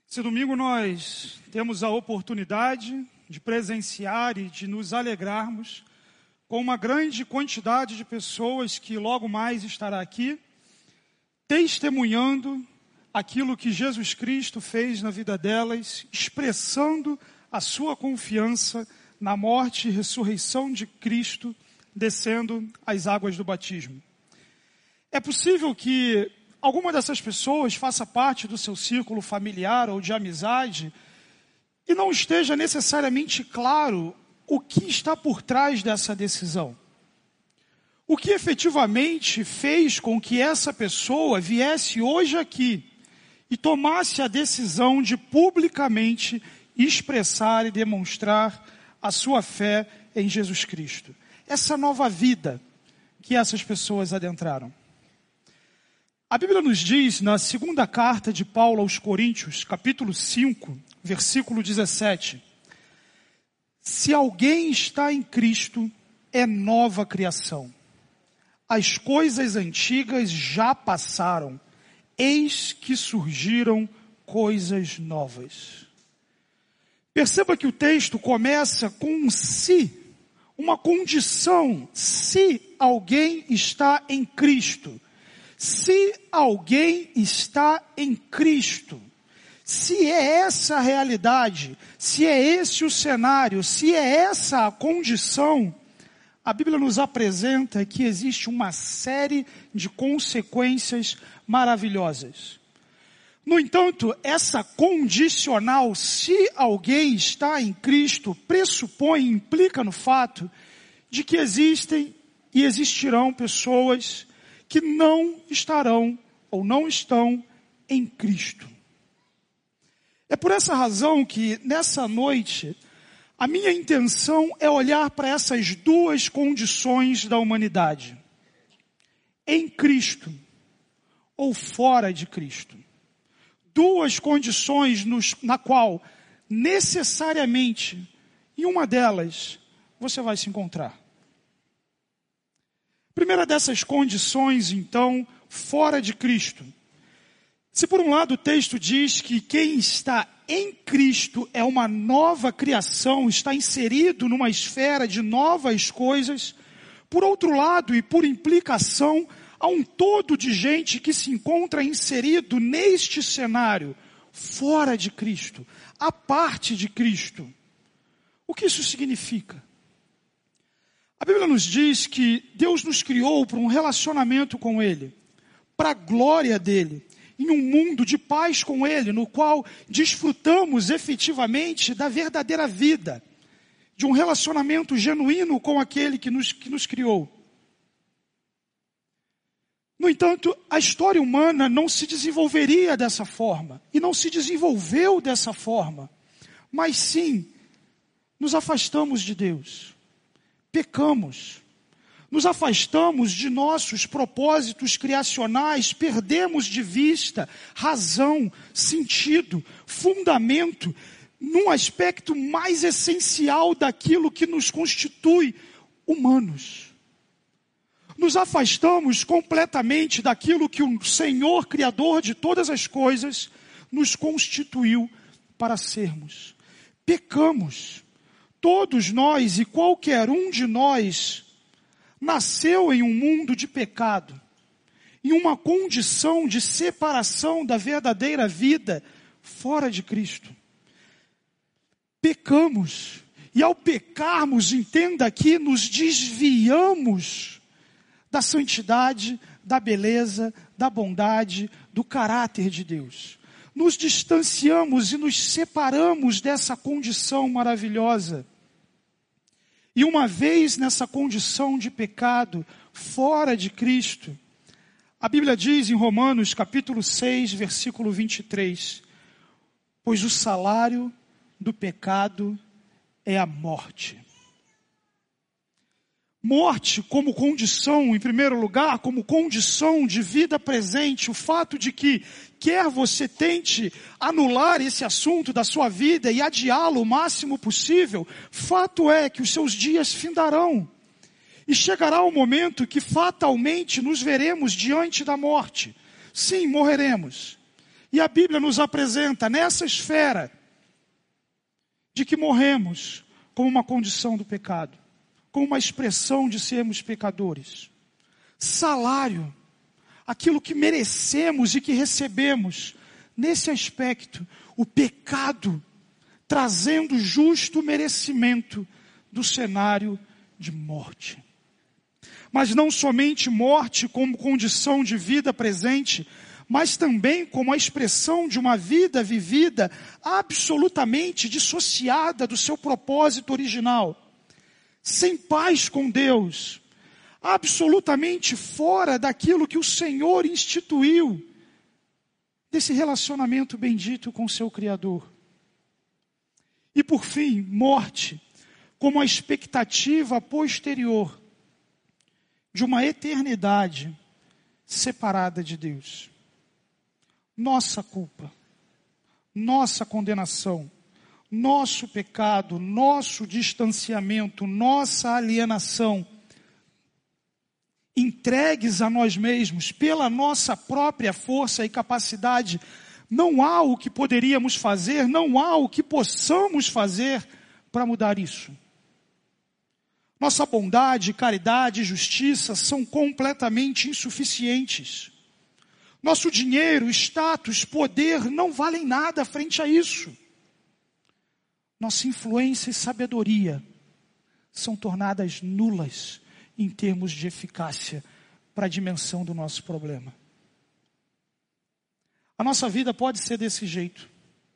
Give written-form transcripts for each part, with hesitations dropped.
Esse domingo nós temos a oportunidade de presenciar e de nos alegrarmos com uma grande quantidade de pessoas que logo mais estará aqui, testemunhando aquilo que Jesus Cristo fez na vida delas, expressando a sua confiança na morte e ressurreição de Cristo, descendo as águas do batismo. É possível que alguma dessas pessoas faça parte do seu círculo familiar ou de amizade e não esteja necessariamente claro o que está por trás dessa decisão. O que efetivamente fez com que essa pessoa viesse hoje aqui e tomasse a decisão de publicamente expressar e demonstrar a sua fé em Jesus Cristo. Essa nova vida que essas pessoas adentraram. A Bíblia nos diz, na segunda carta de Paulo aos Coríntios, capítulo 5, versículo 17, se alguém está em Cristo, é nova criação. As coisas antigas já passaram, eis que surgiram coisas novas. Perceba que o texto começa com um se, uma condição, se alguém está em Cristo. Se alguém está em Cristo, se é essa a realidade, se é esse o cenário, se é essa a condição, a Bíblia nos apresenta que existe uma série de consequências maravilhosas. No entanto, essa condicional, se alguém está em Cristo, pressupõe, implica no fato de que existem e existirão pessoas que não estarão ou não estão em Cristo. É por essa razão que nessa noite a minha intenção é olhar para essas duas condições da humanidade. Em Cristo ou fora de Cristo. Duas condições na qual necessariamente em uma delas você vai se encontrar. Primeira dessas condições, então, fora de Cristo. Se por um lado o texto diz que quem está em Cristo é uma nova criação, está inserido numa esfera de novas coisas, por outro lado e por implicação, há um todo de gente que se encontra inserido neste cenário, fora de Cristo, à parte de Cristo. O que isso significa? A Bíblia nos diz que Deus nos criou para um relacionamento com Ele, para a glória dEle, em um mundo de paz com Ele, no qual desfrutamos efetivamente da verdadeira vida, de um relacionamento genuíno com aquele que nos criou. No entanto, a história humana não se desenvolveria dessa forma, e não se desenvolveu dessa forma, mas sim, nos afastamos de Deus. Pecamos, nos afastamos de nossos propósitos criacionais, perdemos de vista razão, sentido, fundamento, num aspecto mais essencial daquilo que nos constitui humanos. Nos afastamos completamente daquilo que o Senhor, Criador de todas as coisas, nos constituiu para sermos. Pecamos. Todos nós e qualquer um de nós nasceu em um mundo de pecado, em uma condição de separação da verdadeira vida fora de Cristo. Pecamos, e ao pecarmos, entenda que nos desviamos da santidade, da beleza, da bondade, do caráter de Deus. Nos distanciamos e nos separamos dessa condição maravilhosa. E uma vez nessa condição de pecado, fora de Cristo, a Bíblia diz em Romanos capítulo 6, versículo 23, pois o salário do pecado é a morte. Morte como condição, em primeiro lugar, como condição de vida presente, o fato de que quer você tente anular esse assunto da sua vida e adiá-lo o máximo possível, fato é que os seus dias findarão. E chegará o momento que fatalmente nos veremos diante da morte. Sim, morreremos. E a Bíblia nos apresenta nessa esfera de que morremos como uma condição do pecado, como uma expressão de sermos pecadores. Salário, aquilo que merecemos e que recebemos. Nesse aspecto, o pecado trazendo justo merecimento do cenário de morte. Mas não somente morte como condição de vida presente, mas também como a expressão de uma vida vivida absolutamente dissociada do seu propósito original, sem paz com Deus, absolutamente fora daquilo que o Senhor instituiu, desse relacionamento bendito com o seu Criador. E por fim, morte, como a expectativa posterior de uma eternidade separada de Deus. Nossa culpa, nossa condenação, nosso pecado, nosso distanciamento, nossa alienação, entregues a nós mesmos pela nossa própria força e capacidade, não há o que poderíamos fazer, não há o que possamos fazer para mudar isso. Nossa bondade, caridade e justiça são completamente insuficientes. Nosso dinheiro, status, poder não valem nada frente a isso. Nossa influência e sabedoria são tornadas nulas em termos de eficácia para a dimensão do nosso problema. A nossa vida pode ser desse jeito.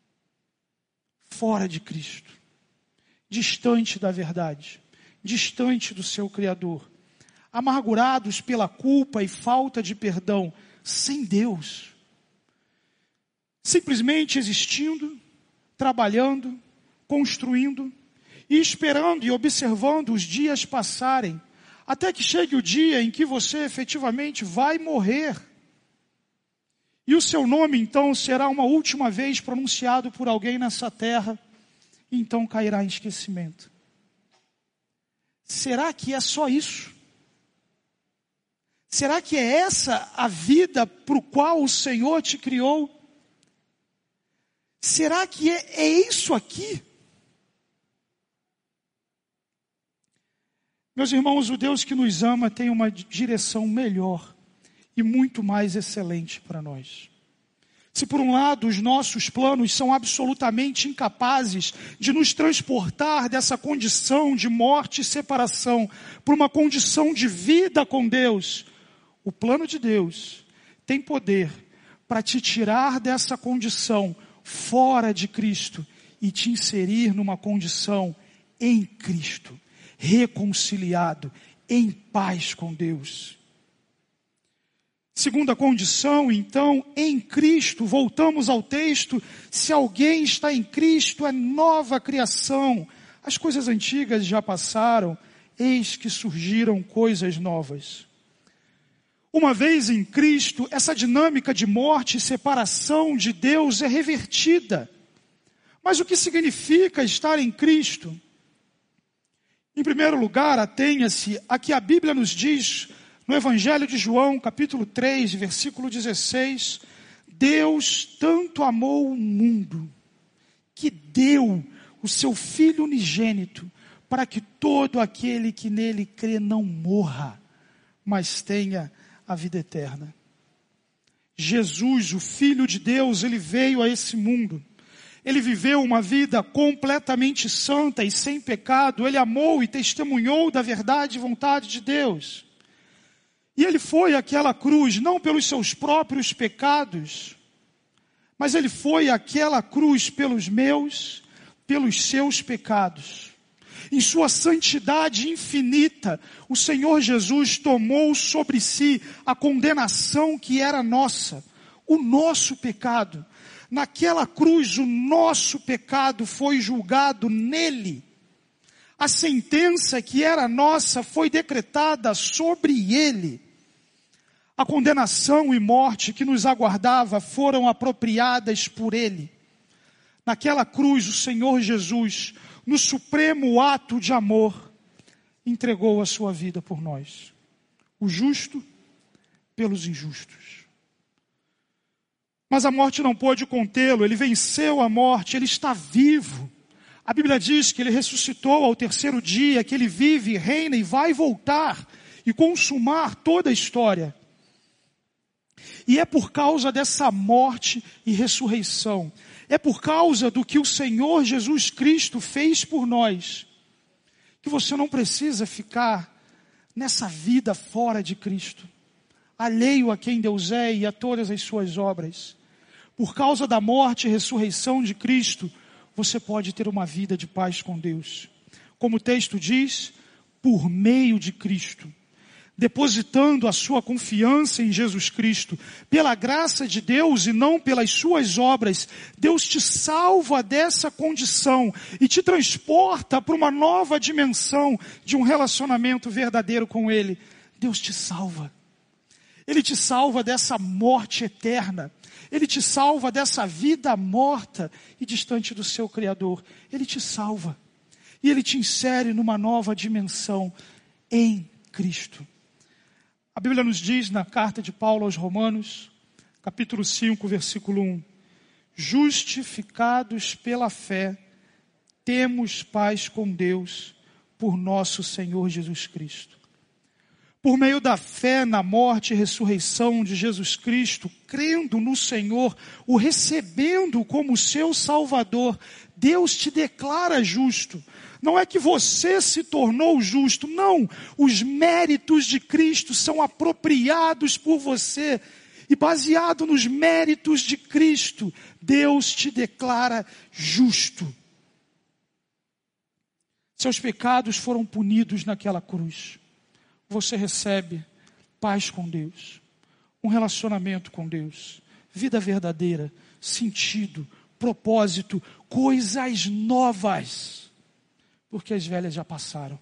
Fora de Cristo. Distante da verdade. Distante do seu Criador. Amargurados pela culpa e falta de perdão. Sem Deus. Simplesmente existindo, trabalhando, construindo e esperando e observando os dias passarem, até que chegue o dia em que você efetivamente vai morrer. E o seu nome então será uma última vez pronunciado por alguém nessa terra, e então cairá em esquecimento. Será que é só isso? Será que é essa a vida para o qual o Senhor te criou? Será que é isso aqui? Meus irmãos, o Deus que nos ama tem uma direção melhor e muito mais excelente para nós. Se por um lado os nossos planos são absolutamente incapazes de nos transportar dessa condição de morte e separação para uma condição de vida com Deus, o plano de Deus tem poder para te tirar dessa condição fora de Cristo e te inserir numa condição em Cristo, reconciliado, em paz com Deus. Segunda condição, então, em Cristo, voltamos ao texto, se alguém está em Cristo, é nova criação. As coisas antigas já passaram, eis que surgiram coisas novas. Uma vez em Cristo, essa dinâmica de morte e separação de Deus é revertida. Mas o que significa estar em Cristo? Em primeiro lugar, atenha-se a que a Bíblia nos diz, no Evangelho de João, capítulo 3, versículo 16, Deus tanto amou o mundo, que deu o seu Filho unigênito, para que todo aquele que nele crê não morra, mas tenha a vida eterna. Jesus, o Filho de Deus, ele veio a esse mundo. Ele viveu uma vida completamente santa e sem pecado. Ele amou e testemunhou da verdade e vontade de Deus. E ele foi àquela cruz, não pelos seus próprios pecados, mas ele foi àquela cruz pelos meus, pelos seus pecados. Em sua santidade infinita, o Senhor Jesus tomou sobre si a condenação que era nossa, o nosso pecado. Naquela cruz, o nosso pecado foi julgado nele. A sentença que era nossa foi decretada sobre ele. A condenação e morte que nos aguardava foram apropriadas por ele. Naquela cruz, o Senhor Jesus, no supremo ato de amor, entregou a sua vida por nós. O justo pelos injustos. Mas a morte não pôde contê-lo, ele venceu a morte, ele está vivo. A Bíblia diz que ele ressuscitou ao terceiro dia, que ele vive, reina e vai voltar e consumar toda a história. E é por causa dessa morte e ressurreição, é por causa do que o Senhor Jesus Cristo fez por nós, que você não precisa ficar nessa vida fora de Cristo, alheio a quem Deus é e a todas as suas obras. Por causa da morte e ressurreição de Cristo, você pode ter uma vida de paz com Deus. Como o texto diz, por meio de Cristo. Depositando a sua confiança em Jesus Cristo, pela graça de Deus e não pelas suas obras, Deus te salva dessa condição e te transporta para uma nova dimensão de um relacionamento verdadeiro com Ele. Deus te salva. Ele te salva dessa morte eterna. Ele te salva dessa vida morta e distante do seu Criador. Ele te salva. E Ele te insere numa nova dimensão em Cristo. A Bíblia nos diz na carta de Paulo aos Romanos, capítulo 5, versículo 1. Justificados pela fé, temos paz com Deus por nosso Senhor Jesus Cristo. Por meio da fé na morte e ressurreição de Jesus Cristo, crendo no Senhor, o recebendo como seu Salvador, Deus te declara justo. Não é que você se tornou justo, não. Os méritos de Cristo são apropriados por você. E baseado nos méritos de Cristo, Deus te declara justo. Seus pecados foram punidos naquela cruz. Você recebe paz com Deus, um relacionamento com Deus, vida verdadeira, sentido, propósito, coisas novas, porque as velhas já passaram.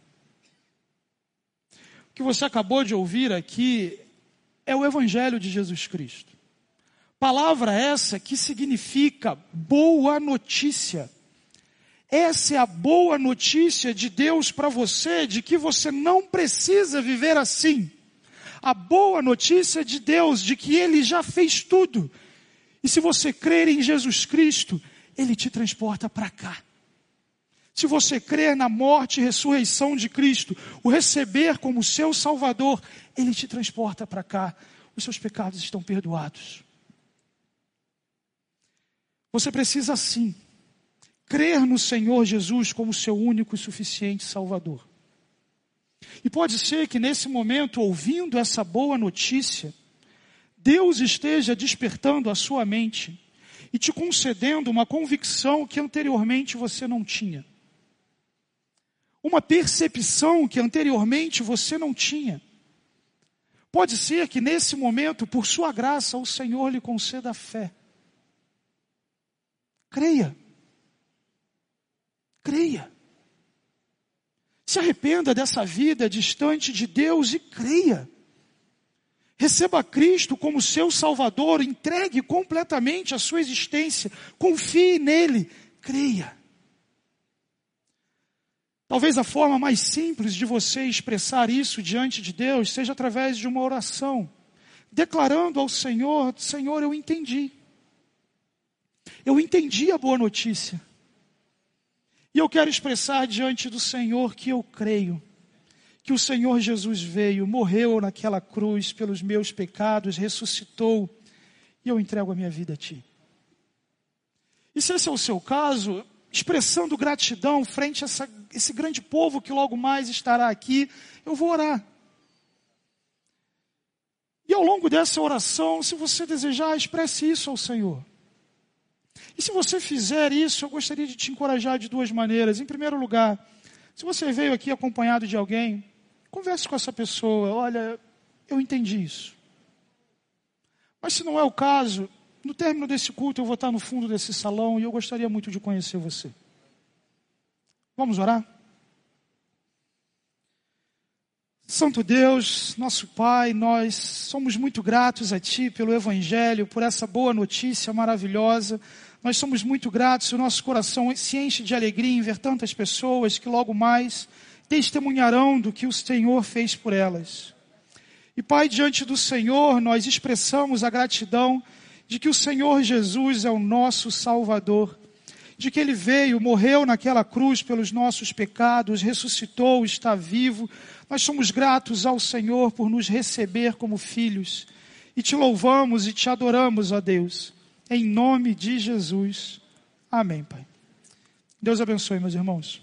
O que você acabou de ouvir aqui é o Evangelho de Jesus Cristo. Palavra essa que significa boa notícia. Essa é a boa notícia de Deus para você, de que você não precisa viver assim. A boa notícia de Deus, de que Ele já fez tudo. E se você crer em Jesus Cristo, Ele te transporta para cá. Se você crer na morte e ressurreição de Cristo, o receber como seu Salvador, Ele te transporta para cá. Os seus pecados estão perdoados. Você precisa sim crer no Senhor Jesus como seu único e suficiente Salvador. E pode ser que nesse momento, ouvindo essa boa notícia, Deus esteja despertando a sua mente e te concedendo uma convicção que anteriormente você não tinha. Uma percepção que anteriormente você não tinha. Pode ser que nesse momento, por sua graça, o Senhor lhe conceda fé. Creia. Creia. Se arrependa dessa vida distante de Deus e creia. Receba Cristo como seu Salvador, entregue completamente a sua existência, confie nele, creia. Talvez a forma mais simples de você expressar isso diante de Deus seja através de uma oração, declarando ao Senhor: Senhor, eu entendi. Eu entendi a boa notícia. E eu quero expressar diante do Senhor que eu creio que o Senhor Jesus veio, morreu naquela cruz pelos meus pecados, ressuscitou, e eu entrego a minha vida a Ti. E se esse é o seu caso, expressando gratidão frente a esse grande povo que logo mais estará aqui, eu vou orar. E ao longo dessa oração, se você desejar, expresse isso ao Senhor. E se você fizer isso, eu gostaria de te encorajar de duas maneiras. Em primeiro lugar, se você veio aqui acompanhado de alguém, converse com essa pessoa. Olha, eu entendi isso. Mas se não é o caso, no término desse culto eu vou estar no fundo desse salão e eu gostaria muito de conhecer você. Vamos orar? Santo Deus, nosso Pai, nós somos muito gratos a Ti pelo Evangelho, por essa boa notícia maravilhosa. Nós somos muito gratos, o nosso coração se enche de alegria em ver tantas pessoas que logo mais testemunharão do que o Senhor fez por elas. E Pai, diante do Senhor, nós expressamos a gratidão de que o Senhor Jesus é o nosso Salvador, de que Ele veio, morreu naquela cruz pelos nossos pecados, ressuscitou, está vivo. Nós somos gratos ao Senhor por nos receber como filhos. E te louvamos e te adoramos, ó Deus. Em nome de Jesus. Amém, Pai. Deus abençoe, meus irmãos.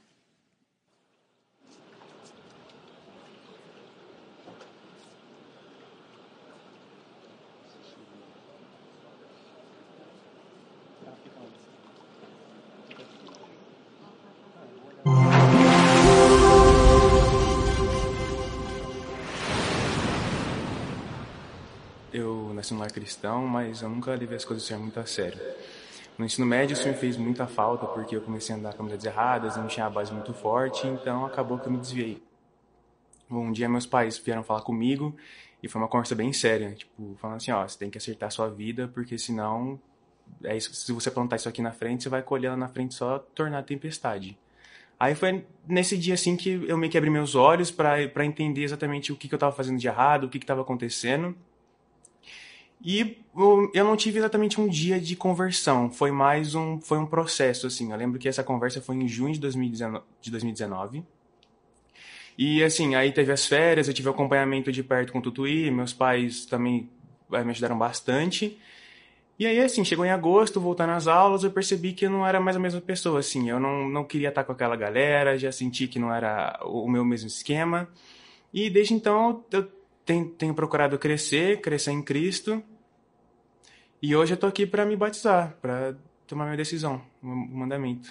Eu nasci num lar cristão, mas eu nunca levei as coisas do Senhor muito a sério. No ensino médio, isso me fez muita falta, porque eu comecei a andar com amizades erradas, não tinha a base muito forte, então acabou que eu me desviei. Um dia meus pais vieram falar comigo, e foi uma conversa bem séria, tipo, falando assim, ó, você tem que acertar a sua vida, porque senão, é isso, se você plantar isso aqui na frente, você vai colher lá na frente só tornar tempestade. Aí foi nesse dia, assim, que eu meio que abri meus olhos pra entender exatamente o que eu tava fazendo de errado, o que tava acontecendo. E eu não tive exatamente um dia de conversão, foi um processo, assim. Eu lembro que essa conversa foi em junho de 2019. E, assim, aí teve as férias, eu tive acompanhamento de perto com o Tutuí, meus pais também me ajudaram bastante. E aí, assim, chegou em agosto, voltando às aulas, eu percebi que eu não era mais a mesma pessoa, assim. Eu não queria estar com aquela galera, já senti que não era o meu mesmo esquema. E desde então, eu tenho procurado crescer em Cristo. E hoje eu tô aqui para me batizar, para tomar minha decisão, o mandamento.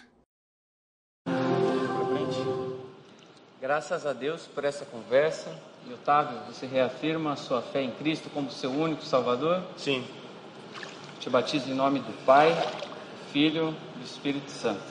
Graças a Deus por essa conversa. E Otávio, você reafirma a sua fé em Cristo como seu único Salvador? Sim. Te batizo em nome do Pai, do Filho e do Espírito Santo.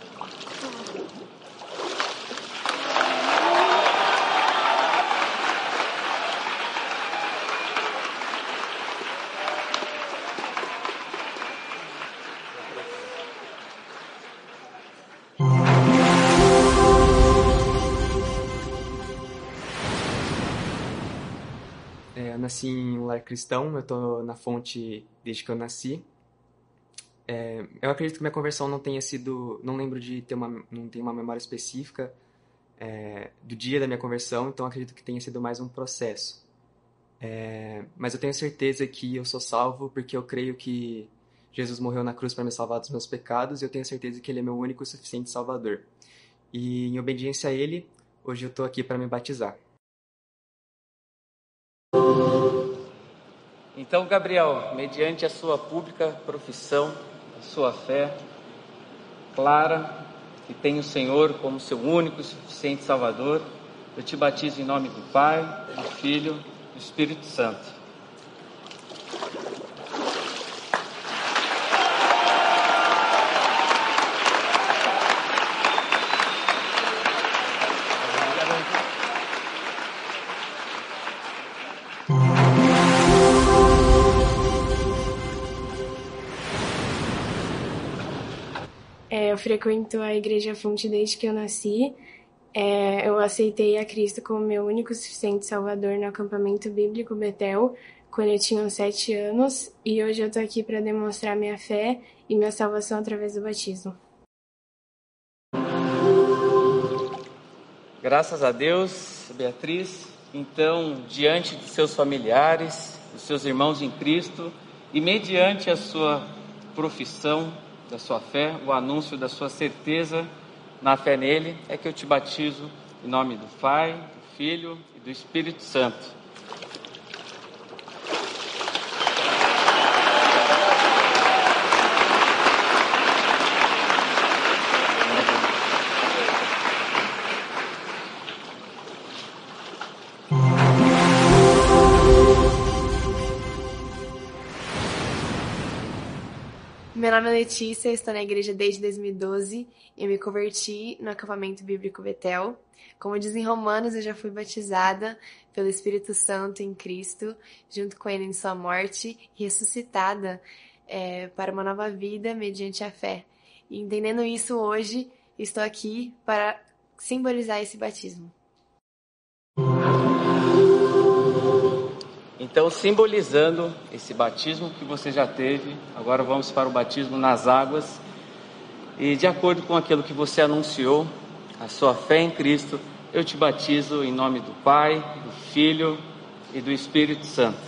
Eu nasci em um lar cristão, eu tô na fonte desde que eu nasci. Eu acredito que minha conversão não tenha sido, não lembro de não tenho uma memória específica do dia da minha conversão, então acredito que tenha sido mais um processo. Mas eu tenho certeza que eu sou salvo porque eu creio que Jesus morreu na cruz para me salvar dos meus pecados e eu tenho certeza que Ele é meu único e suficiente Salvador. E em obediência a Ele, hoje eu tô aqui para me batizar. Então, Gabriel, mediante a sua pública profissão, a sua fé clara, que tem o Senhor como seu único e suficiente Salvador, eu te batizo em nome do Pai, do Filho e do Espírito Santo. Eu frequento a Igreja Fonte desde que eu nasci. Eu aceitei a Cristo como meu único e suficiente Salvador no acampamento bíblico Betel, quando eu tinha 7 anos, e hoje eu estou aqui para demonstrar minha fé e minha salvação através do batismo. Graças a Deus, Beatriz, então, diante de seus familiares, dos seus irmãos em Cristo, e mediante a sua profissão, da sua fé, o anúncio da sua certeza na fé nele, é que eu te batizo em nome do Pai, do Filho e do Espírito Santo. Meu nome é Letícia, estou na igreja desde 2012 e me converti no acampamento bíblico Betel. Como diz em Romanos, eu já fui batizada pelo Espírito Santo em Cristo, junto com ele em sua morte, e ressuscitada para uma nova vida mediante a fé. E entendendo isso hoje, estou aqui para simbolizar esse batismo. Então, simbolizando esse batismo que você já teve, agora vamos para o batismo nas águas. E de acordo com aquilo que você anunciou, a sua fé em Cristo, eu te batizo em nome do Pai, do Filho e do Espírito Santo.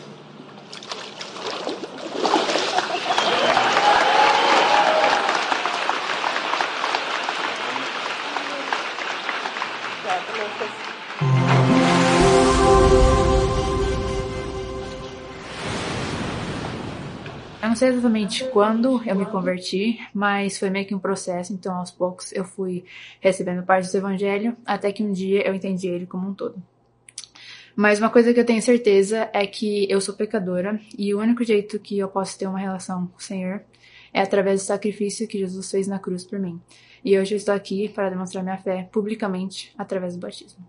Eu não sei exatamente quando eu me converti, mas foi meio que um processo, então aos poucos eu fui recebendo parte do evangelho, até que um dia eu entendi ele como um todo. Mas uma coisa que eu tenho certeza é que eu sou pecadora, e o único jeito que eu posso ter uma relação com o Senhor é através do sacrifício que Jesus fez na cruz por mim. E hoje eu estou aqui para demonstrar minha fé publicamente através do batismo.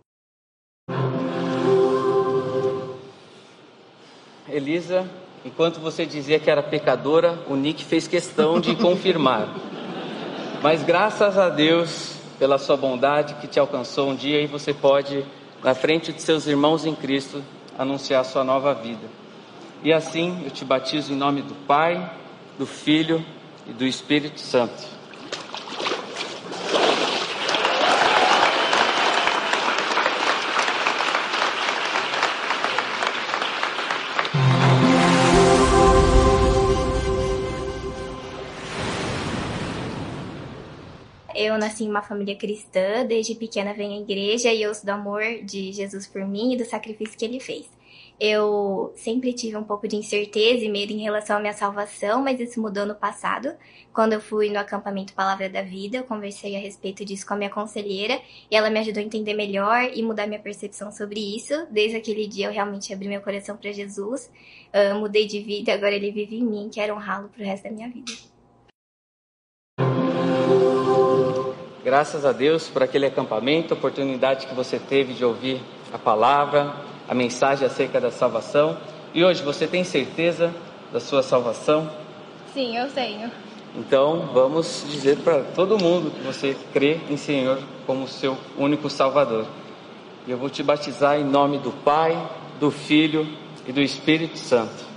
Elisa, enquanto você dizia que era pecadora, o Nick fez questão de confirmar. Mas graças a Deus pela sua bondade que te alcançou um dia, e você pode, na frente de seus irmãos em Cristo, anunciar sua nova vida. E assim eu te batizo em nome do Pai, do Filho e do Espírito Santo. Eu nasci em uma família cristã, desde pequena venho à igreja e ouço do amor de Jesus por mim e do sacrifício que ele fez. Eu sempre tive um pouco de incerteza e medo em relação à minha salvação, mas isso mudou no passado. Quando eu fui no acampamento Palavra da Vida, eu conversei a respeito disso com a minha conselheira e ela me ajudou a entender melhor e mudar minha percepção sobre isso. Desde aquele dia eu realmente abri meu coração para Jesus, mudei de vida, agora ele vive em mim, quero honrá-lo pro resto da minha vida. Graças a Deus por aquele acampamento, a oportunidade que você teve de ouvir a palavra, a mensagem acerca da salvação. E hoje você tem certeza da sua salvação? Sim, eu tenho. Então vamos dizer para todo mundo que você crê em Senhor como seu único Salvador. E eu vou te batizar em nome do Pai, do Filho e do Espírito Santo.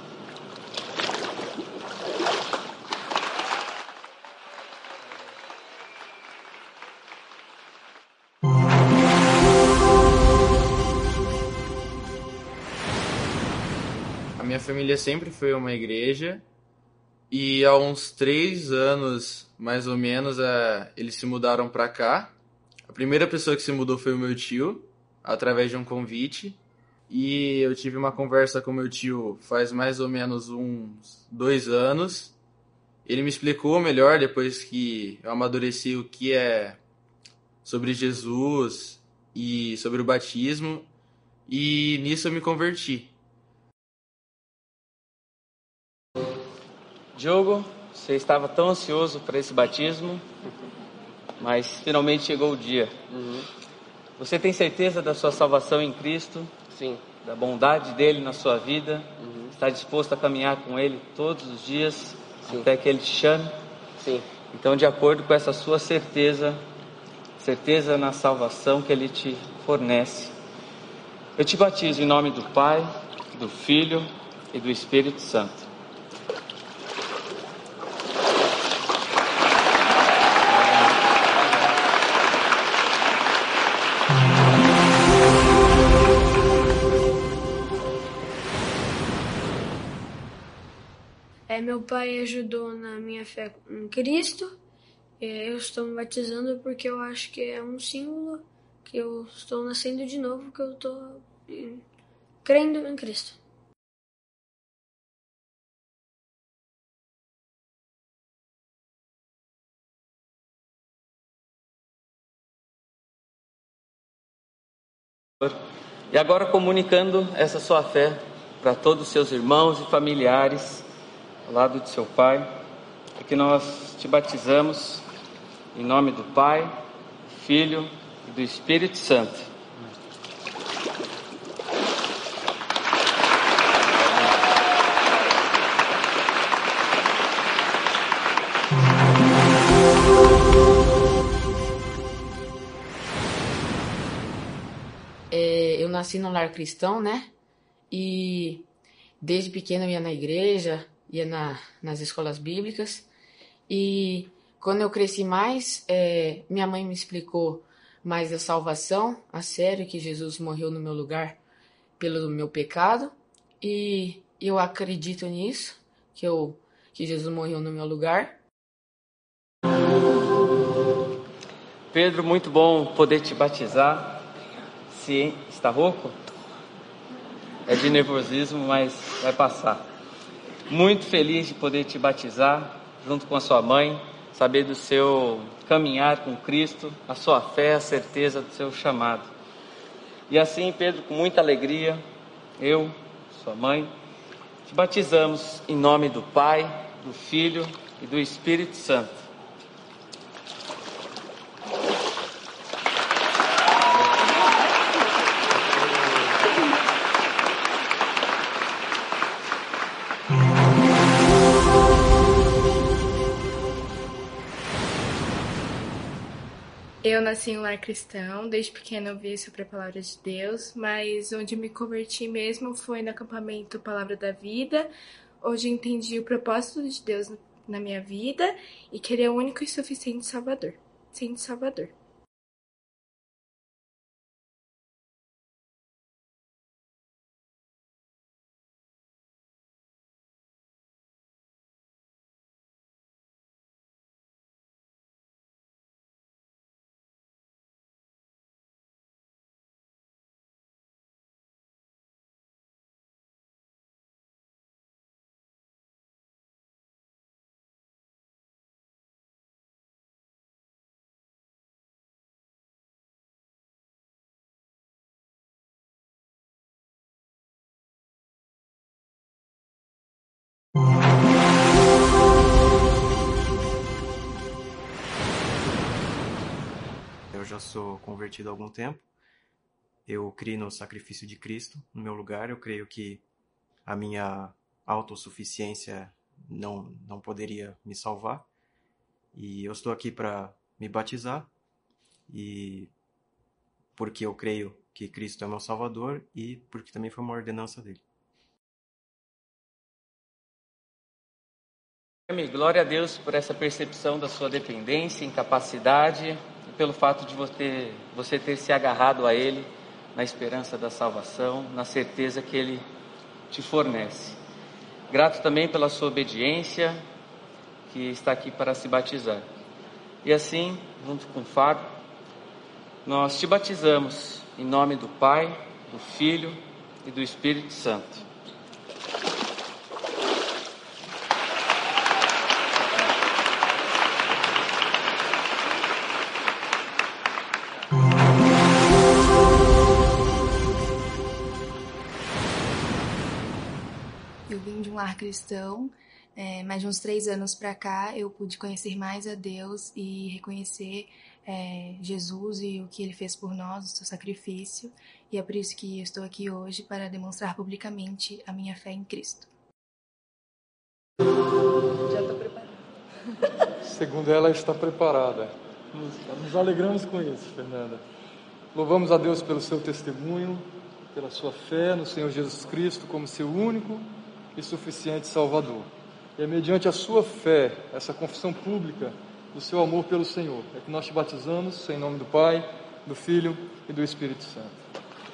Minha família sempre foi uma igreja e há uns 3 anos, mais ou menos, eles se mudaram para cá. A primeira pessoa que se mudou foi o meu tio, através de um convite. E eu tive uma conversa com meu tio faz mais ou menos uns 2 anos. Ele me explicou melhor depois que eu amadureci o que é sobre Jesus e sobre o batismo. E nisso eu me converti. Diogo, você estava tão ansioso para esse batismo, mas finalmente chegou o dia. Você tem certeza da sua salvação em Cristo? Sim. Da bondade dele na sua vida? Está disposto a caminhar com ele todos os dias? Sim. Até que ele te chame? Sim. Então, de acordo com essa sua certeza na salvação que ele te fornece, eu te batizo em nome do Pai, do Filho e do Espírito Santo. Meu pai ajudou na minha fé em Cristo. Eu estou me batizando porque eu acho que é um símbolo que eu estou nascendo de novo, que eu estou crendo em Cristo. E agora comunicando essa sua fé para todos os seus irmãos e familiares ao lado de seu pai, é que nós te batizamos em nome do Pai, do Filho e do Espírito Santo. Eu nasci num lar cristão, né? E Desde pequena eu ia na igreja, ia nas escolas bíblicas. E quando eu cresci mais, minha mãe me explicou mais da salvação, a sério, que Jesus morreu no meu lugar pelo meu pecado. E eu acredito nisso, que Jesus morreu no meu lugar. Pedro, muito bom poder te batizar. Se está rouco? É de nervosismo, mas vai passar. Muito feliz de poder te batizar junto com a sua mãe, saber do seu caminhar com Cristo, a sua fé, a certeza do seu chamado. E assim, Pedro, com muita alegria, eu, sua mãe, te batizamos em nome do Pai, do Filho e do Espírito Santo. Eu nasci em um lar cristão, desde pequena eu ouvi sobre a palavra de Deus, mas onde me converti mesmo foi no acampamento Palavra da Vida, onde entendi o propósito de Deus na minha vida e que Ele é o único e suficiente Salvador. Sim, Salvador. Eu já sou convertido há algum tempo. Eu criei no sacrifício de Cristo no meu lugar. Eu creio que a minha autossuficiência não poderia me salvar. E eu estou aqui para me batizar, e porque eu creio que Cristo é meu Salvador e porque também foi uma ordenança dele. Glória a Deus por essa percepção da sua dependência, incapacidade e pelo fato de você ter se agarrado a Ele na esperança da salvação, na certeza que Ele te fornece. Grato também pela sua obediência, que está aqui para se batizar. E assim, junto com o Fábio, nós te batizamos em nome do Pai, do Filho e do Espírito Santo. Eu vim de um lar cristão, mas de uns 3 anos para cá eu pude conhecer mais a Deus e reconhecer Jesus e o que Ele fez por nós, o seu sacrifício, e é por isso que eu estou aqui hoje para demonstrar publicamente a minha fé em Cristo. Já estou preparada. Segundo ela, está preparada. Nos alegramos com isso, Fernanda. Louvamos a Deus pelo seu testemunho, pela sua fé no Senhor Jesus Cristo como seu único e suficiente Salvador. E é mediante a sua fé, essa confissão pública do seu amor pelo Senhor, é que nós te batizamos em nome do Pai, do Filho e do Espírito Santo.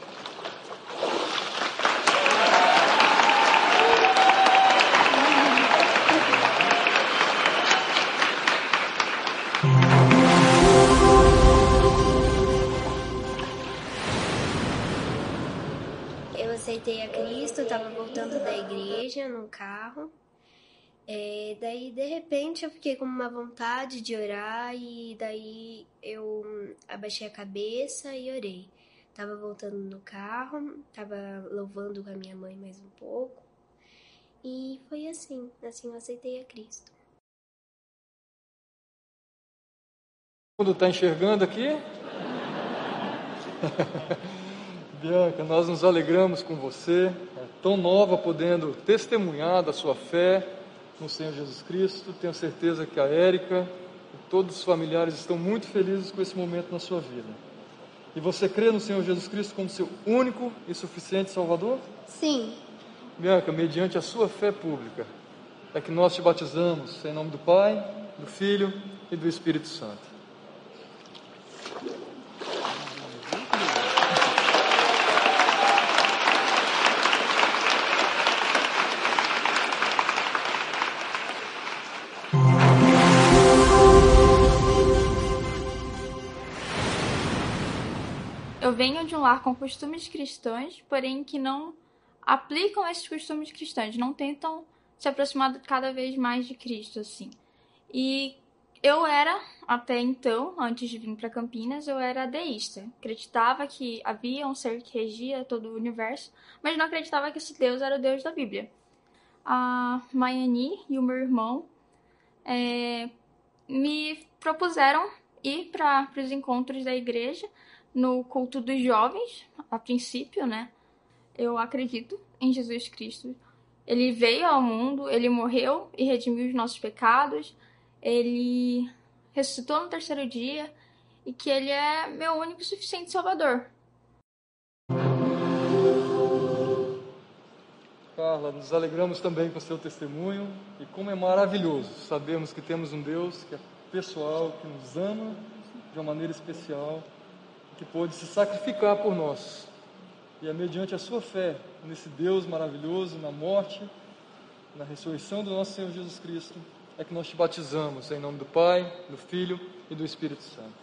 Eu aceitei a Cristo, estava voltando da igreja num carro. Daí, de repente, eu fiquei com uma vontade de orar e daí eu abaixei a cabeça e orei. Tava voltando no carro, tava louvando com a minha mãe mais um pouco e foi assim eu aceitei a Cristo. Todo mundo está enxergando aqui? Bianca, nós nos alegramos com você, tão nova, podendo testemunhar da sua fé no Senhor Jesus Cristo. Tenho certeza que a Érica e todos os familiares estão muito felizes com esse momento na sua vida. E você crê no Senhor Jesus Cristo como seu único e suficiente Salvador? Sim. Bianca, mediante a sua fé pública, é que nós te batizamos em nome do Pai, do Filho e do Espírito Santo. Eu venho de um lar com costumes cristãos, porém que não aplicam esses costumes cristãos, não tentam se aproximar cada vez mais de Cristo, assim. E eu era, até então, antes de vir para Campinas, eu era ateísta. Acreditava que havia um ser que regia todo o universo, mas não acreditava que esse Deus era o Deus da Bíblia. A Maiane e o meu irmão me propuseram ir para os encontros da igreja, no culto dos jovens, a princípio, né? Eu acredito em Jesus Cristo. Ele veio ao mundo, ele morreu e redimiu os nossos pecados, ele ressuscitou no terceiro dia e que ele é meu único e suficiente Salvador. Carla, nos alegramos também com o seu testemunho e como é maravilhoso sabermos que temos um Deus que é pessoal, que nos ama de uma maneira especial, que pôde se sacrificar por nós. E é mediante a sua fé nesse Deus maravilhoso, na morte, na ressurreição do nosso Senhor Jesus Cristo, é que nós te batizamos em nome do Pai, do Filho e do Espírito Santo.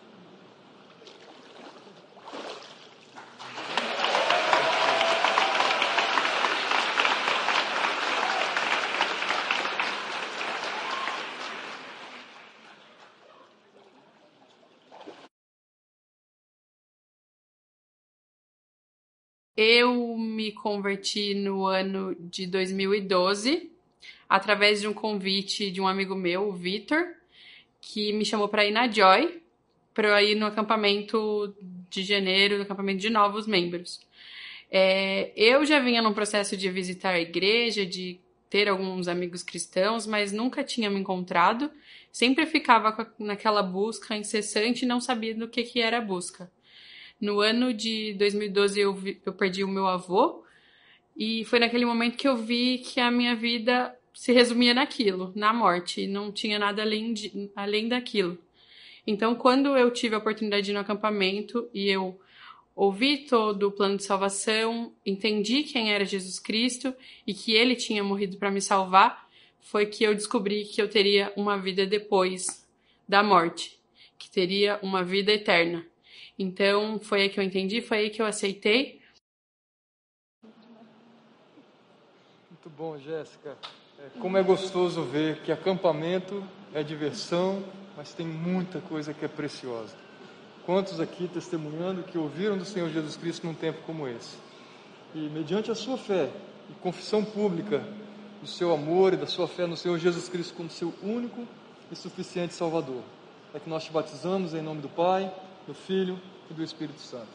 Eu me converti no ano de 2012, através de um convite de um amigo meu, o Vitor, que me chamou para ir na Joy, para ir no acampamento de janeiro, no acampamento de novos membros. Eu já vinha num processo de visitar a igreja, de ter alguns amigos cristãos, mas nunca tinha me encontrado. Sempre ficava naquela busca incessante e não sabia do que era a busca. No ano de 2012 eu perdi o meu avô e foi naquele momento que eu vi que a minha vida se resumia naquilo, na morte, e não tinha nada além daquilo. Então, quando eu tive a oportunidade de ir no acampamento e eu ouvi todo o plano de salvação, entendi quem era Jesus Cristo e que ele tinha morrido para me salvar, foi que eu descobri que eu teria uma vida depois da morte, que teria uma vida eterna. Então, foi aí que eu entendi, foi aí que eu aceitei. Muito bom, Jéssica. Como é gostoso ver que acampamento é diversão, mas tem muita coisa que é preciosa. Quantos aqui testemunhando que ouviram do Senhor Jesus Cristo num tempo como esse? E mediante a sua fé e confissão pública do seu amor e da sua fé no Senhor Jesus Cristo como seu único e suficiente Salvador, é que nós te batizamos em nome do Pai, do Filho e do Espírito Santo.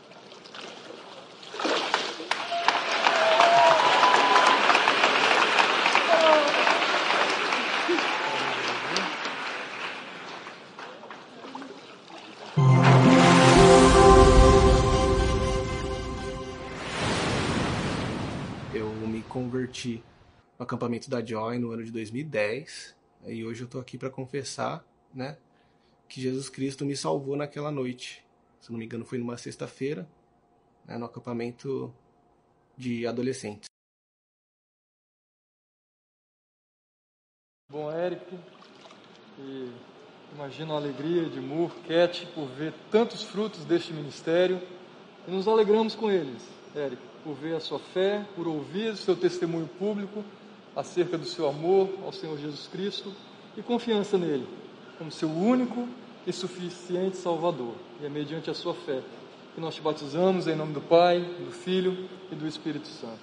Eu me converti no acampamento da Joy no ano de 2010 e hoje eu estou aqui para confessar, né, que Jesus Cristo me salvou naquela noite. Se não me engano, foi numa sexta-feira, né, no acampamento de adolescentes. Bom, Érico, e imagino a alegria de Mur, Cat, por ver tantos frutos deste ministério, e nos alegramos com eles, Érico, por ver a sua fé, por ouvir o seu testemunho público acerca do seu amor ao Senhor Jesus Cristo e confiança nele, como seu único e suficiente Salvador. E é mediante a sua fé que nós te batizamos em nome do Pai, do Filho e do Espírito Santo.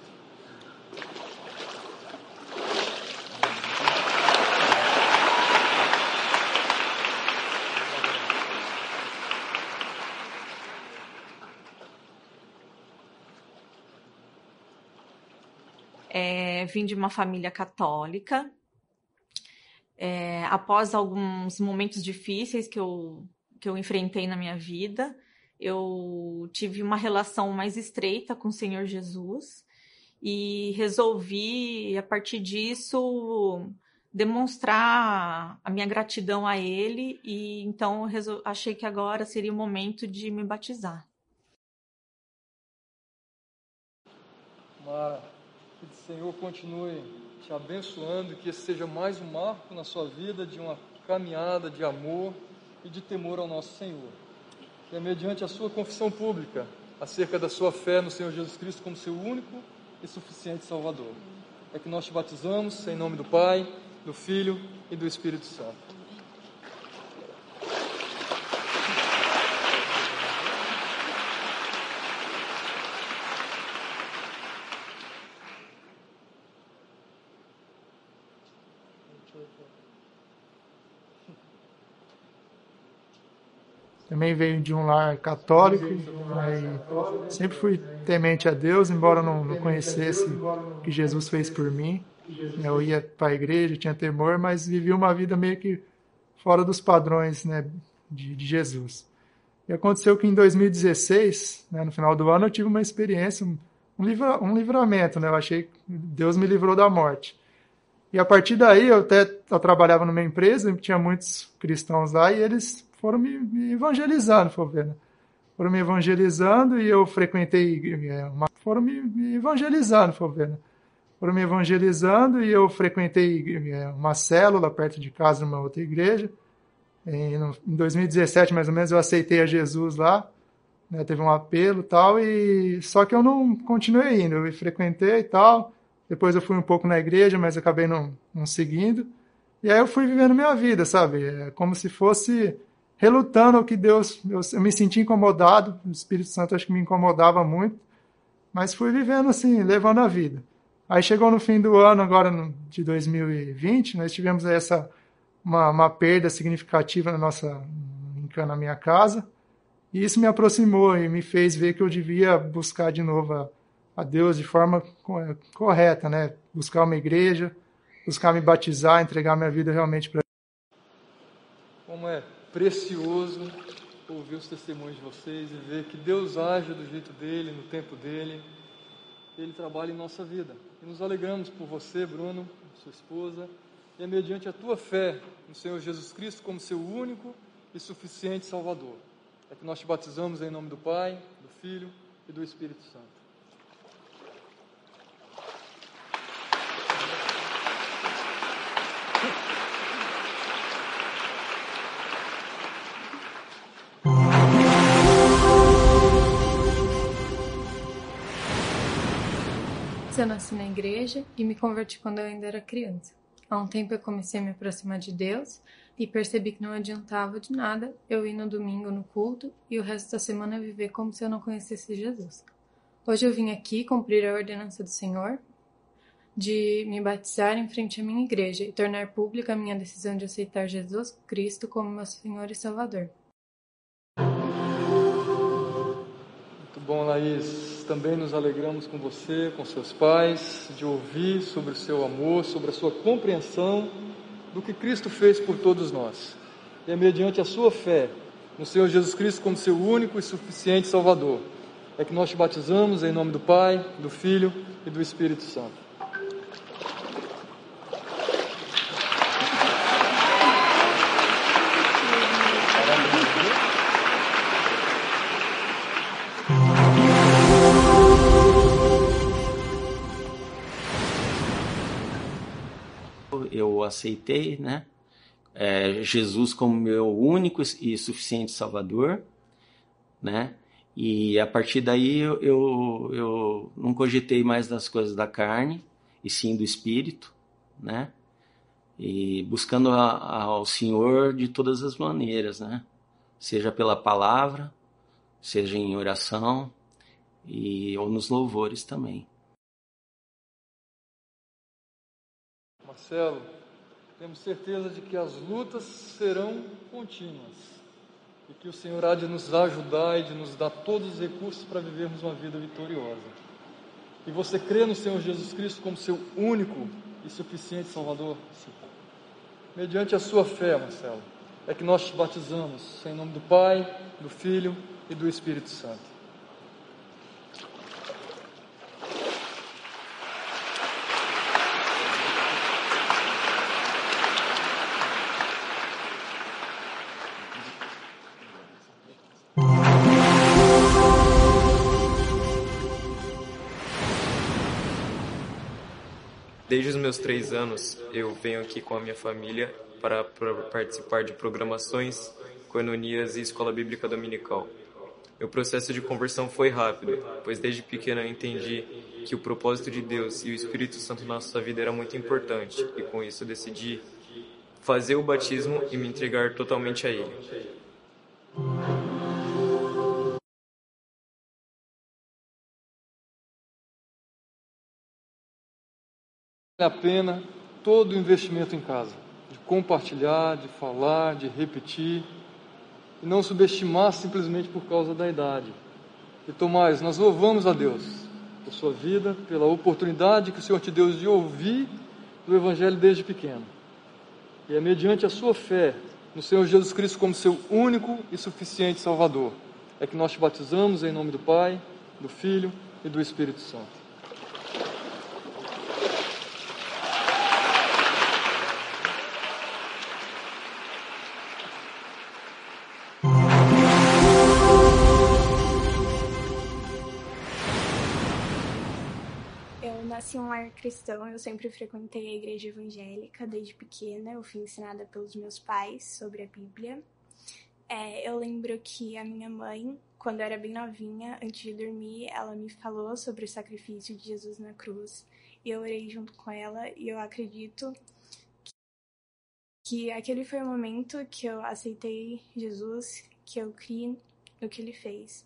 Vim de uma família católica. Após alguns momentos difíceis que eu enfrentei na minha vida, eu tive uma relação mais estreita com o Senhor Jesus e resolvi, a partir disso, demonstrar a minha gratidão a ele, e então achei que agora seria o momento de me batizar. Mara, que o Senhor continue te abençoando e que esse seja mais um marco na sua vida de uma caminhada de amor e de temor ao nosso Senhor. E é mediante a sua confissão pública acerca da sua fé no Senhor Jesus Cristo como seu único e suficiente Salvador. É que nós te batizamos em nome do Pai, do Filho e do Espírito Santo. Também venho de um lar católico, aí sempre fui temente a Deus, embora não conhecesse o que Jesus fez por mim. Eu ia para a igreja, tinha temor, mas vivia uma vida meio que fora dos padrões, né, de Jesus. E aconteceu que em 2016, né, no final do ano, eu tive uma experiência, um livramento, né? Eu achei que Deus me livrou da morte. E a partir daí, eu trabalhava numa empresa, tinha muitos cristãos lá, e eles foram me evangelizando, foram me evangelizando, e eu frequentei foram me evangelizando, foram me evangelizando, e eu frequentei uma célula perto de casa, numa outra igreja. Em 2017, mais ou menos, eu aceitei a Jesus lá, né, teve um apelo e tal, só que eu não continuei indo, eu frequentei e tal, depois eu fui um pouco na igreja, mas acabei não seguindo, e aí eu fui vivendo minha vida, sabe, como se fosse relutando ao que Deus, eu me senti incomodado, o Espírito Santo acho que me incomodava muito, mas fui vivendo assim, levando a vida. Aí chegou no fim do ano, agora de 2020, nós tivemos uma perda significativa na minha casa, e isso me aproximou e me fez ver que eu devia buscar de novo a Deus de forma correta, né? Buscar uma igreja, buscar me batizar, entregar minha vida realmente para Ele. Como é precioso ouvir os testemunhos de vocês e ver que Deus age do jeito dele, no tempo dele, Ele trabalha em nossa vida. E nos alegramos por você, Bruno, sua esposa, e é mediante a tua fé no Senhor Jesus Cristo como seu único e suficiente Salvador. É que nós te batizamos em nome do Pai, do Filho e do Espírito Santo. Eu nasci na igreja e me converti quando eu ainda era criança. Há um tempo eu comecei a me aproximar de Deus e percebi que não adiantava de nada eu ir no domingo no culto e o resto da semana viver como se eu não conhecesse Jesus. Hoje eu vim aqui cumprir a ordenança do Senhor de me batizar em frente à minha igreja e tornar pública a minha decisão de aceitar Jesus Cristo como meu Senhor e Salvador. Muito bom, Laís. Também nos alegramos com você, com seus pais, de ouvir sobre o seu amor, sobre a sua compreensão do que Cristo fez por todos nós. E é mediante a sua fé no Senhor Jesus Cristo como seu único e suficiente Salvador. É que nós te batizamos em nome do Pai, do Filho e do Espírito Santo. Eu aceitei, né, Jesus como meu único e suficiente Salvador, né, e a partir daí eu não cogitei mais das coisas da carne, e sim do Espírito, né, e buscando ao Senhor de todas as maneiras, né, seja pela palavra, seja em oração, ou nos louvores também. Marcelo, temos certeza de que as lutas serão contínuas e que o Senhor há de nos ajudar e de nos dar todos os recursos para vivermos uma vida vitoriosa. E você crê no Senhor Jesus Cristo como seu único e suficiente Salvador? Sim. Mediante a sua fé, Marcelo, é que nós te batizamos em nome do Pai, do Filho e do Espírito Santo. Desde os meus 3 anos, eu venho aqui com a minha família para participar de programações, coinonias e escola bíblica dominical. Meu processo de conversão foi rápido, pois desde pequeno eu entendi que o propósito de Deus e o Espírito Santo na nossa vida era muito importante, e com isso eu decidi fazer o batismo e me entregar totalmente a Ele. Vale a pena todo o investimento em casa, de compartilhar, de falar, de repetir, e não subestimar simplesmente por causa da idade. E Tomás, nós louvamos a Deus por sua vida, pela oportunidade que o Senhor te deu de ouvir do Evangelho desde pequeno. E é mediante a sua fé no Senhor Jesus Cristo como seu único e suficiente Salvador é que nós te batizamos em nome do Pai, do Filho e do Espírito Santo. Eu nasci em um lar cristão, eu sempre frequentei a igreja evangélica desde pequena, eu fui ensinada pelos meus pais sobre a Bíblia. Eu lembro que a minha mãe, quando eu era bem novinha, antes de dormir, ela me falou sobre o sacrifício de Jesus na cruz, e eu orei junto com ela, e eu acredito que aquele foi o momento que eu aceitei Jesus, que eu criei no que ele fez.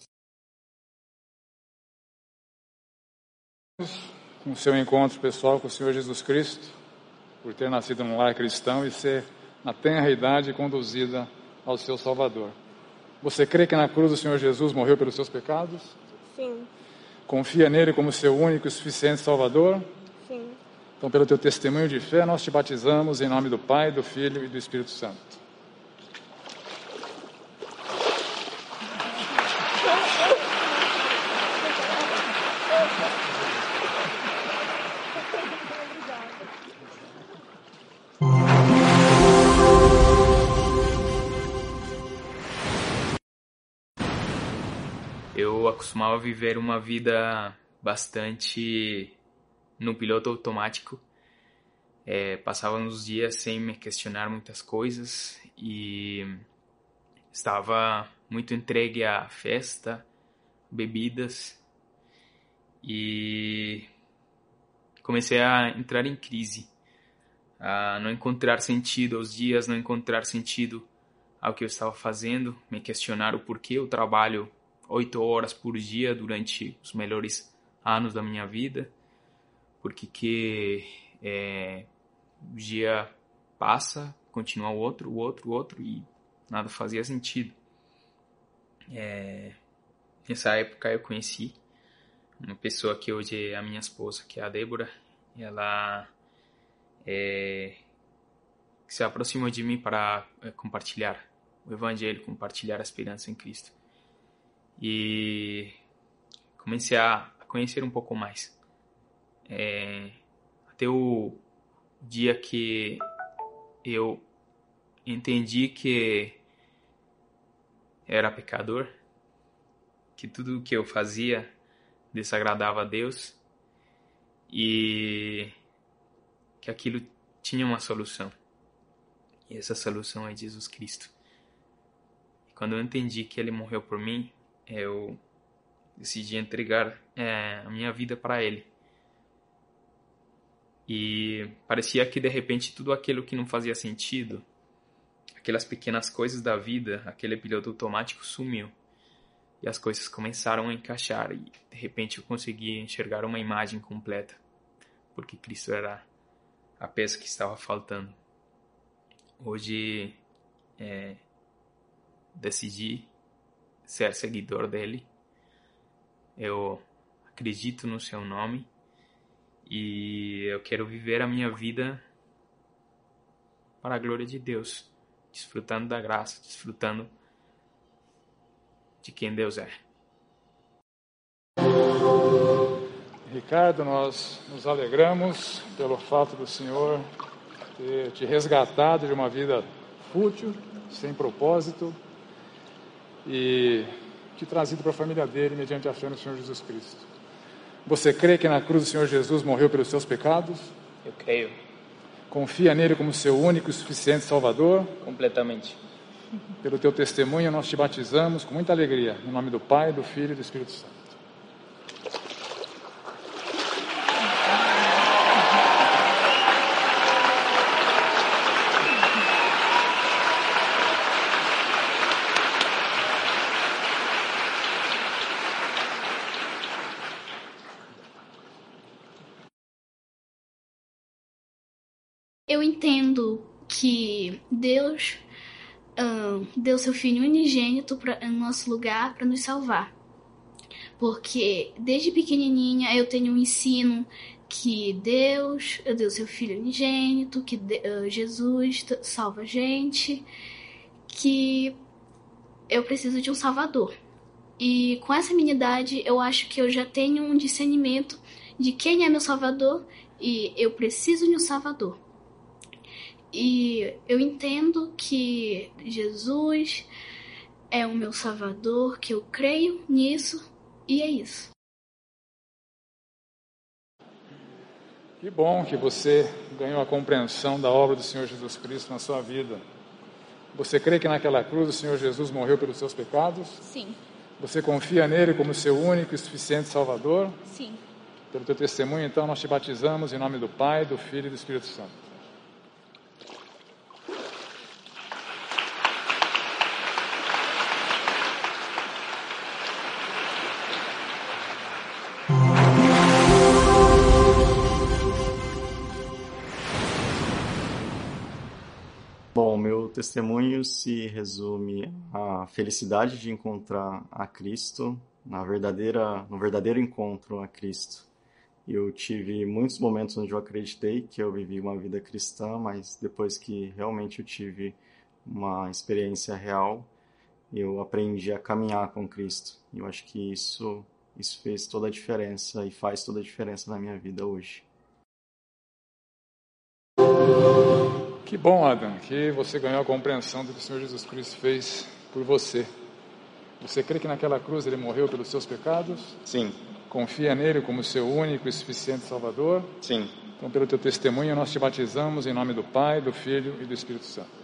Com o seu encontro pessoal com o Senhor Jesus Cristo, por ter nascido num lar cristão e ser, na tenra idade, conduzida ao seu Salvador. Você crê que na cruz o Senhor Jesus morreu pelos seus pecados? Sim. Confia nele como seu único e suficiente Salvador? Sim. Então, pelo teu testemunho de fé, nós te batizamos em nome do Pai, do Filho e do Espírito Santo. Eu acostumava viver uma vida bastante no piloto automático. Passava uns dias sem me questionar muitas coisas e estava muito entregue à festa, bebidas, e comecei a entrar em crise, a não encontrar sentido aos dias, não encontrar sentido ao que eu estava fazendo, me questionar o porquê eu trabalho 8 horas por dia durante os melhores anos da minha vida, porque o dia passa, continua o outro e nada fazia sentido. Nessa época eu conheci uma pessoa que hoje é a minha esposa, que é a Débora, e ela se aproximou de mim para compartilhar o Evangelho, compartilhar a esperança em Cristo. E comecei a conhecer um pouco mais. Até o dia que eu entendi que era pecador, que tudo o que eu fazia desagradava a Deus e que aquilo tinha uma solução. E essa solução é Jesus Cristo. E quando eu entendi que Ele morreu por mim, eu decidi entregar a minha vida para Ele. E parecia que de repente tudo aquilo que não fazia sentido, aquelas pequenas coisas da vida, aquele piloto automático sumiu. E as coisas começaram a encaixar e de repente eu consegui enxergar uma imagem completa, porque Cristo era a peça que estava faltando. Hoje decidi ser seguidor dele. Eu acredito no seu nome e eu quero viver a minha vida para a glória de Deus, desfrutando da graça, desfrutando de quem Deus é. Ricardo, nós nos alegramos pelo fato do Senhor ter te resgatado de uma vida fútil, sem propósito, e te trazido para a família dele mediante a fé no Senhor Jesus Cristo. Você crê que na cruz o Senhor Jesus morreu pelos seus pecados? Eu creio. Confia nele como seu único e suficiente Salvador? Completamente. Pelo teu testemunho, nós te batizamos com muita alegria, em nome do Pai, do Filho e do Espírito Santo. Eu entendo que Deus deu seu Filho unigênito no nosso lugar para nos salvar. Porque desde pequenininha eu tenho um ensino que Deus deu seu Filho unigênito, que Jesus salva a gente, que eu preciso de um Salvador. E com essa minha idade eu acho que eu já tenho um discernimento de quem é meu Salvador e eu preciso de um Salvador. E eu entendo que Jesus é o meu Salvador, que eu creio nisso, e é isso. Que bom que você ganhou a compreensão da obra do Senhor Jesus Cristo na sua vida. Você crê que naquela cruz o Senhor Jesus morreu pelos seus pecados? Sim. Você confia nele como seu único e suficiente Salvador? Sim. Pelo teu testemunho, então, nós te batizamos em nome do Pai, do Filho e do Espírito Santo. Bom, meu testemunho se resume à felicidade de encontrar a Cristo, no verdadeiro encontro a Cristo. Eu tive muitos momentos onde eu acreditei que eu vivi uma vida cristã, mas depois que realmente eu tive uma experiência real, eu aprendi a caminhar com Cristo. E eu acho que isso fez toda a diferença e faz toda a diferença na minha vida hoje. Que bom, Adam, que você ganhou a compreensão do que o Senhor Jesus Cristo fez por você. Você crê que naquela cruz ele morreu pelos seus pecados? Sim. Confia nele como seu único e suficiente Salvador? Sim. Então, pelo teu testemunho, nós te batizamos em nome do Pai, do Filho e do Espírito Santo.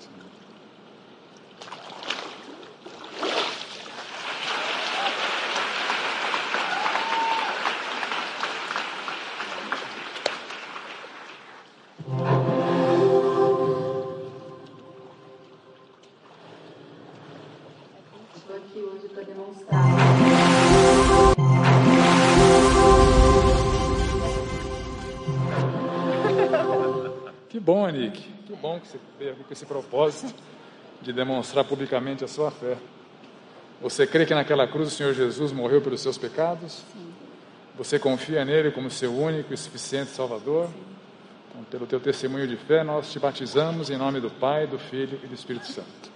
Que bom, Nick. Que bom que você veio aqui com esse propósito de demonstrar publicamente a sua fé. Você crê que naquela cruz o Senhor Jesus morreu pelos seus pecados? Sim. Você confia nele como seu único e suficiente Salvador? Sim. Então, pelo teu testemunho de fé, nós te batizamos em nome do Pai, do Filho e do Espírito Santo.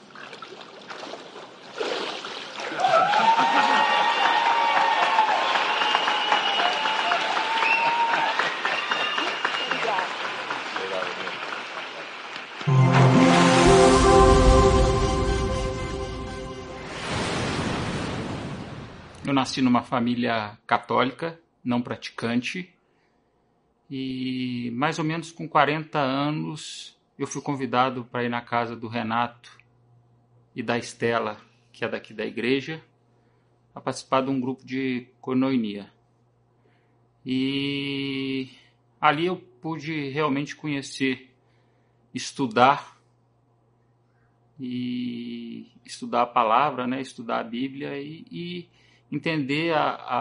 Eu nasci numa família católica, não praticante, e mais ou menos com 40 anos eu fui convidado para ir na casa do Renato e da Estela, que é daqui da igreja, a participar de um grupo de koinonia. E ali eu pude realmente conhecer, estudar a palavra, né? Estudar a Bíblia e entender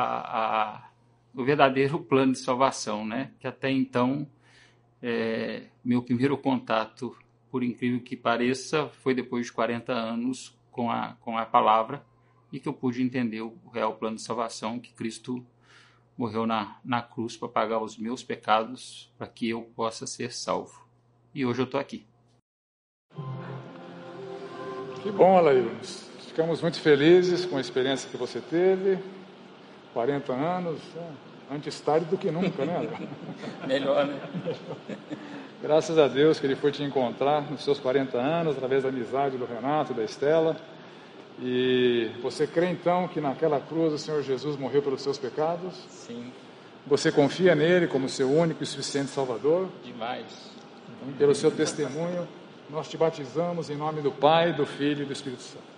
o verdadeiro plano de salvação, né? Que até então, meu primeiro contato, por incrível que pareça, foi depois de 40 anos com a palavra e que eu pude entender o real plano de salvação, que Cristo morreu na cruz para pagar os meus pecados, para que eu possa ser salvo. E hoje eu estou aqui. Que bom, Alaíros. Ficamos muito felizes com a experiência que você teve. 40 anos, antes tarde do que nunca, né? Melhor, né? Graças a Deus que ele foi te encontrar nos seus 40 anos, através da amizade do Renato e da Estela. E você crê então que naquela cruz o Senhor Jesus morreu pelos seus pecados? Sim. Você confia nele como seu único e suficiente Salvador? Demais. Então, pelo seu testemunho, nós te batizamos em nome do Pai, do Filho e do Espírito Santo.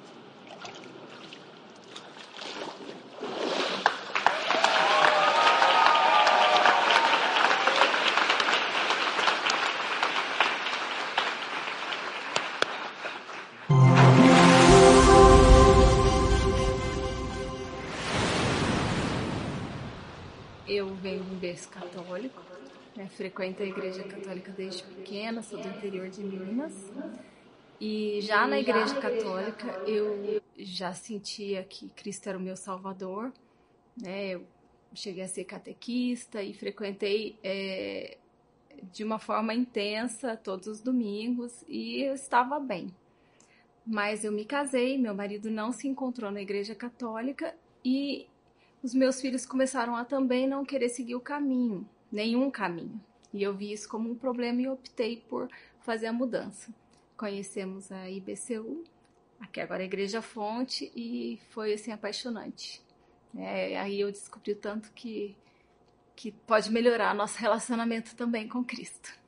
Eu venho de um berço católico, né? Frequento a igreja católica desde pequena, sou do interior de Minas. E já na igreja católica eu já sentia que Cristo era o meu Salvador, né? Eu cheguei a ser catequista e frequentei de uma forma intensa todos os domingos e eu estava bem. Mas eu me casei, meu marido não se encontrou na igreja católica e os meus filhos começaram a também não querer seguir o caminho, nenhum caminho. E eu vi isso como um problema e optei por fazer a mudança. Conhecemos a IBCU, aqui agora a Igreja Fonte, e foi assim apaixonante. Aí eu descobri o tanto que pode melhorar nosso relacionamento também com Cristo.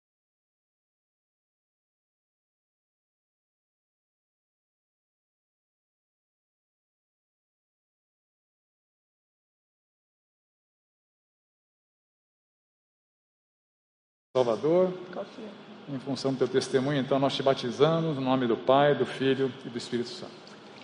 Salvador, em função do teu testemunho, então nós te batizamos no nome do Pai, do Filho e do Espírito Santo.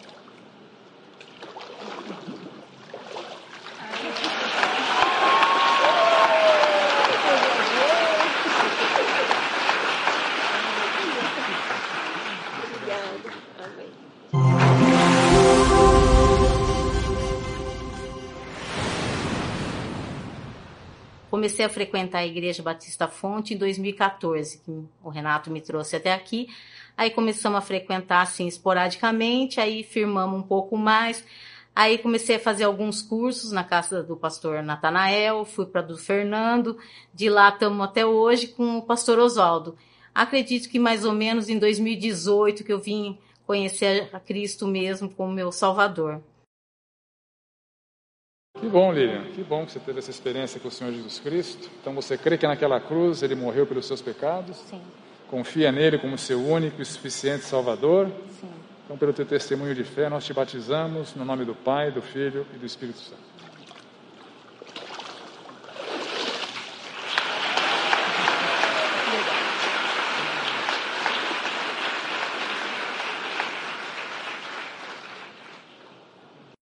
Comecei a frequentar a Igreja Batista Fonte em 2014, que o Renato me trouxe até aqui. Aí começamos a frequentar assim esporadicamente, aí firmamos um pouco mais. Aí comecei a fazer alguns cursos na casa do pastor Natanael, fui para do Fernando, de lá estamos até hoje com o pastor Oswaldo. Acredito que mais ou menos em 2018 que eu vim conhecer a Cristo mesmo como meu Salvador. Que bom, Lilian, que bom que você teve essa experiência com o Senhor Jesus Cristo. Então você crê que naquela cruz Ele morreu pelos seus pecados? Sim. Confia nele como seu único e suficiente Salvador? Sim. Então, pelo teu testemunho de fé, nós te batizamos no nome do Pai, do Filho e do Espírito Santo.